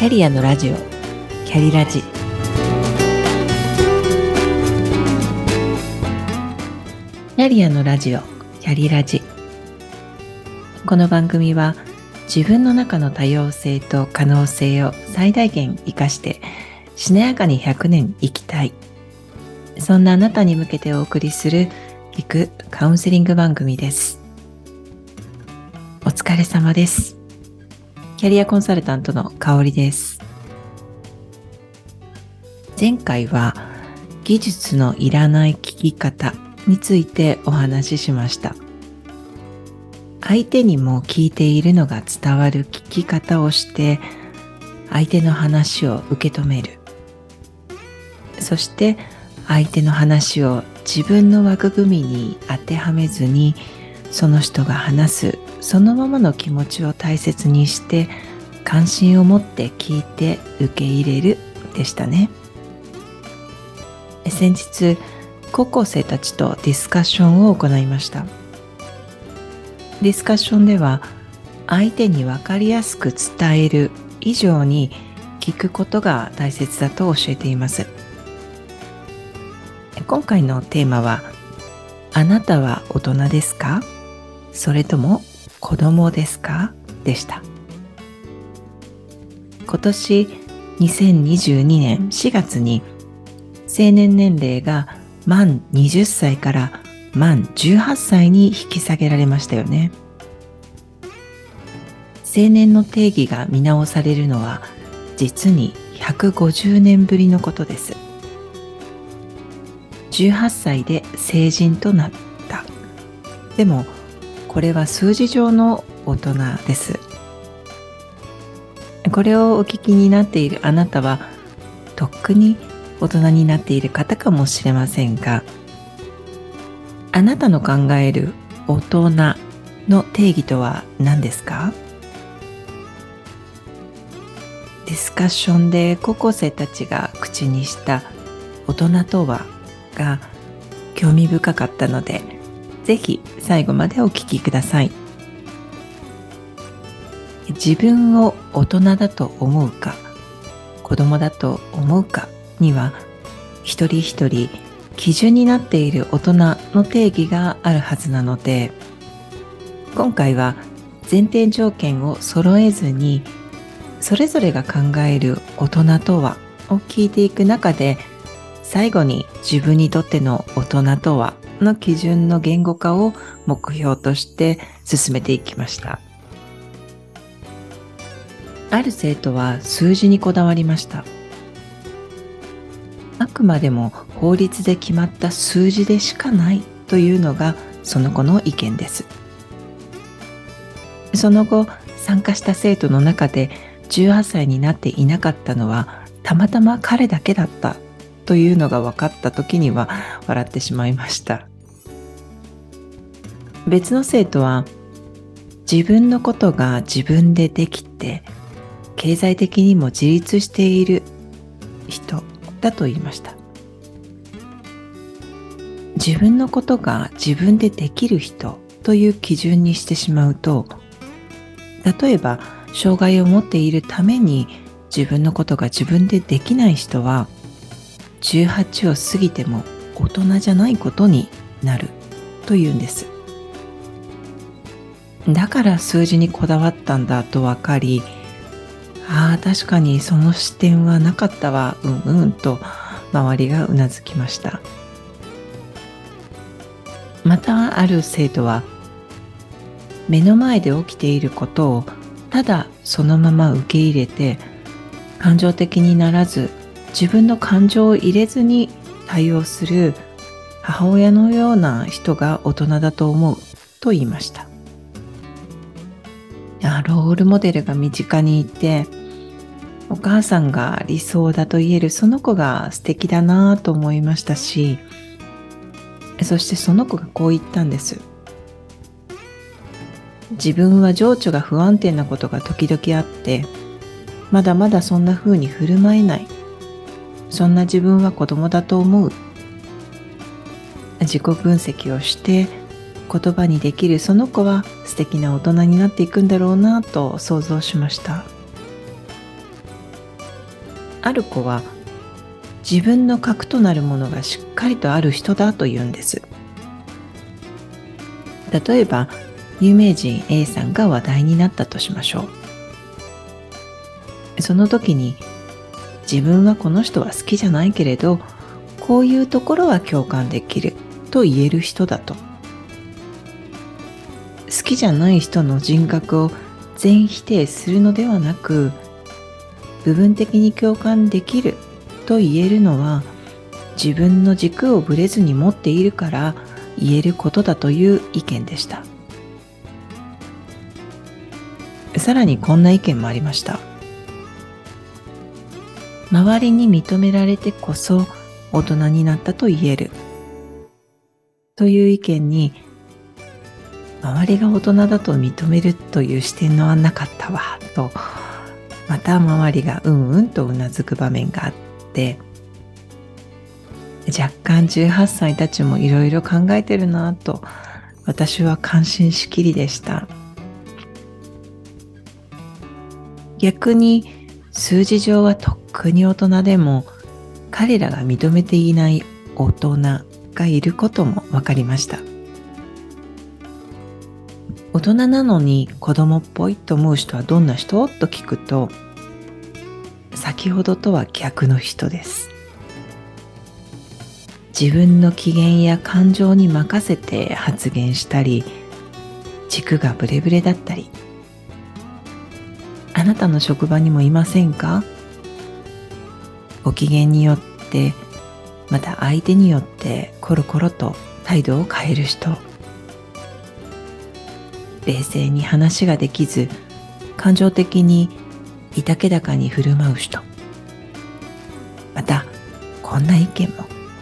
キャリアのラジオ、キャリラジ。キャリアのラジオ、キャリラジ。この番組は自分の中の多様性と可能性を最大限生かしてしなやかに100年生きたい、そんなあなたに向けてお送りする聞くカウンセリング番組です。お疲れ様です。キャリアコンサルタントの香里です。前回は技術のいらない聞き方についてお話ししました。相手にも聞いているのが伝わる聞き方をして相手の話を受け止める。そして相手の話を自分の枠組みに当てはめずに、その人が話すそのままの気持ちを大切にして関心を持って聞いて受け入れるでしたね。先日高校生たちとディスカッションを行いました。ディスカッションでは相手に分かりやすく伝える以上に聞くことが大切だと教えています。今回のテーマは、あなたは大人ですか？それとも子供ですか？でした。今年2022年4月に成年年齢が満20歳から満18歳に引き下げられましたよね。成年の定義が見直されるのは実に150年ぶりのことです。18歳で成人となった。でもこれは数字上の大人です。これをお聞きになっているあなたはとっくに大人になっている方かもしれませんが、あなたの考える大人の定義とは何ですか？ディスカッションで高校生たちが口にした大人とはが興味深かったので、ぜひ最後までお聞きください。自分を大人だと思うか子供だと思うかには一人一人基準になっている大人の定義があるはずなので、今回は前提条件を揃えずにそれぞれが考える大人とはを聞いていく中で、最後に自分にとっての大人とはの基準の言語化を目標として進めていきました。ある生徒は数字にこだわりました。あくまでも法律で決まった数字でしかないというのがその子の意見です。その後参加した生徒の中で18歳になっていなかったのはたまたま彼だけだったというのが分かった時には笑ってしまいました。別の生徒は自分のことが自分でできて経済的にも自立している人だと言いました。自分のことが自分でできる人という基準にしてしまうと、例えば障害を持っているために自分のことが自分でできない人は18を過ぎても大人じゃないことになるというんです。だから数字にこだわったんだと分かり、確かにその視点はなかったわ、と周りがうなずきました。またある生徒は、目の前で起きていることをただそのまま受け入れて、感情的にならず自分の感情を入れずに対応する母親のような人が大人だと思うと言いました。ロールモデルが身近にいて、お母さんが理想だと言えるその子が素敵だなと思いましたし、そしてその子がこう言ったんです。自分は情緒が不安定なことが時々あって、まだまだそんな風に振る舞えない。そんな自分は子供だと思う。自己分析をして言葉にできるその子は素敵な大人になっていくんだろうなと想像しました。 ある子は自分の核となるものがしっかりとある人だと言うんです。例えば有名人 A さんが話題になったとしましょう。その時に自分はこの人は好きじゃないけれどこういうところは共感できると言える人だと。好きじゃない人の人格を全否定するのではなく、部分的に共感できると言えるのは自分の軸をぶれずに持っているから言えることだという意見でした。さらにこんな意見もありました。周りに認められてこそ大人になったと言えるという意見に、周りが大人だと認めるという視点のはなかったわと、また周りがうんうんとうなずく場面があって、若干18歳たちもいろいろ考えてるなと私は感心しきりでした。逆に数字上はとっくに大人でも彼らが認めていない大人がいることも分かりました。大人なのに子供っぽいと思う人はどんな人と聞くと、先ほどとは逆の人です。自分の機嫌や感情に任せて発言したり、軸がブレブレだったり、あなたの職場にもいませんか？ご機嫌によって、また相手によってコロコロと態度を変える人。冷静に話ができず、感情的にいたけだかに振る舞う人。また、こんな意見も。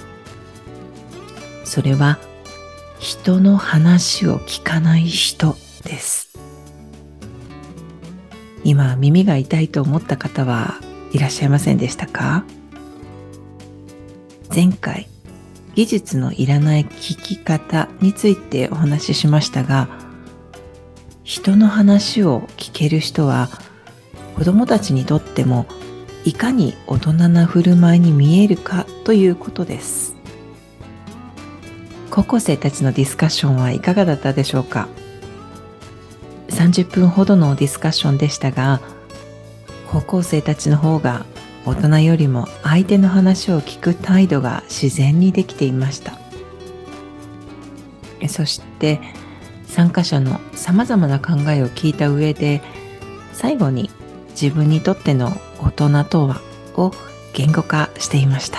それは、人の話を聞かない人です。今、耳が痛いと思った方はいらっしゃいませんでしたか？前回、技術のいらない聞き方についてお話ししましたが、人の話を聞ける人は、子供たちにとってもいかに大人な振る舞いに見えるかということです。高校生たちのディスカッションはいかがだったでしょうか？30分ほどのディスカッションでしたが、高校生たちの方が大人よりも相手の話を聞く態度が自然にできていました。そして参加者のさまざまな考えを聞いた上で、最後に自分にとっての大人とはを言語化していました。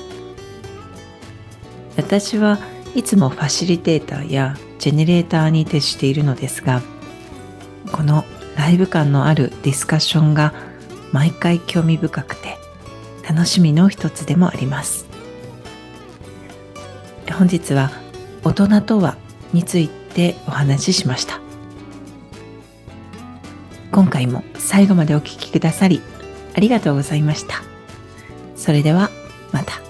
私はいつもファシリテーターやジェネレーターに徹しているのですが、このライブ感のあるディスカッションが毎回興味深くて楽しみの一つでもあります。本日は大人とはについてお話ししました。今回も最後までお聞きくださりありがとうございました。それではまた。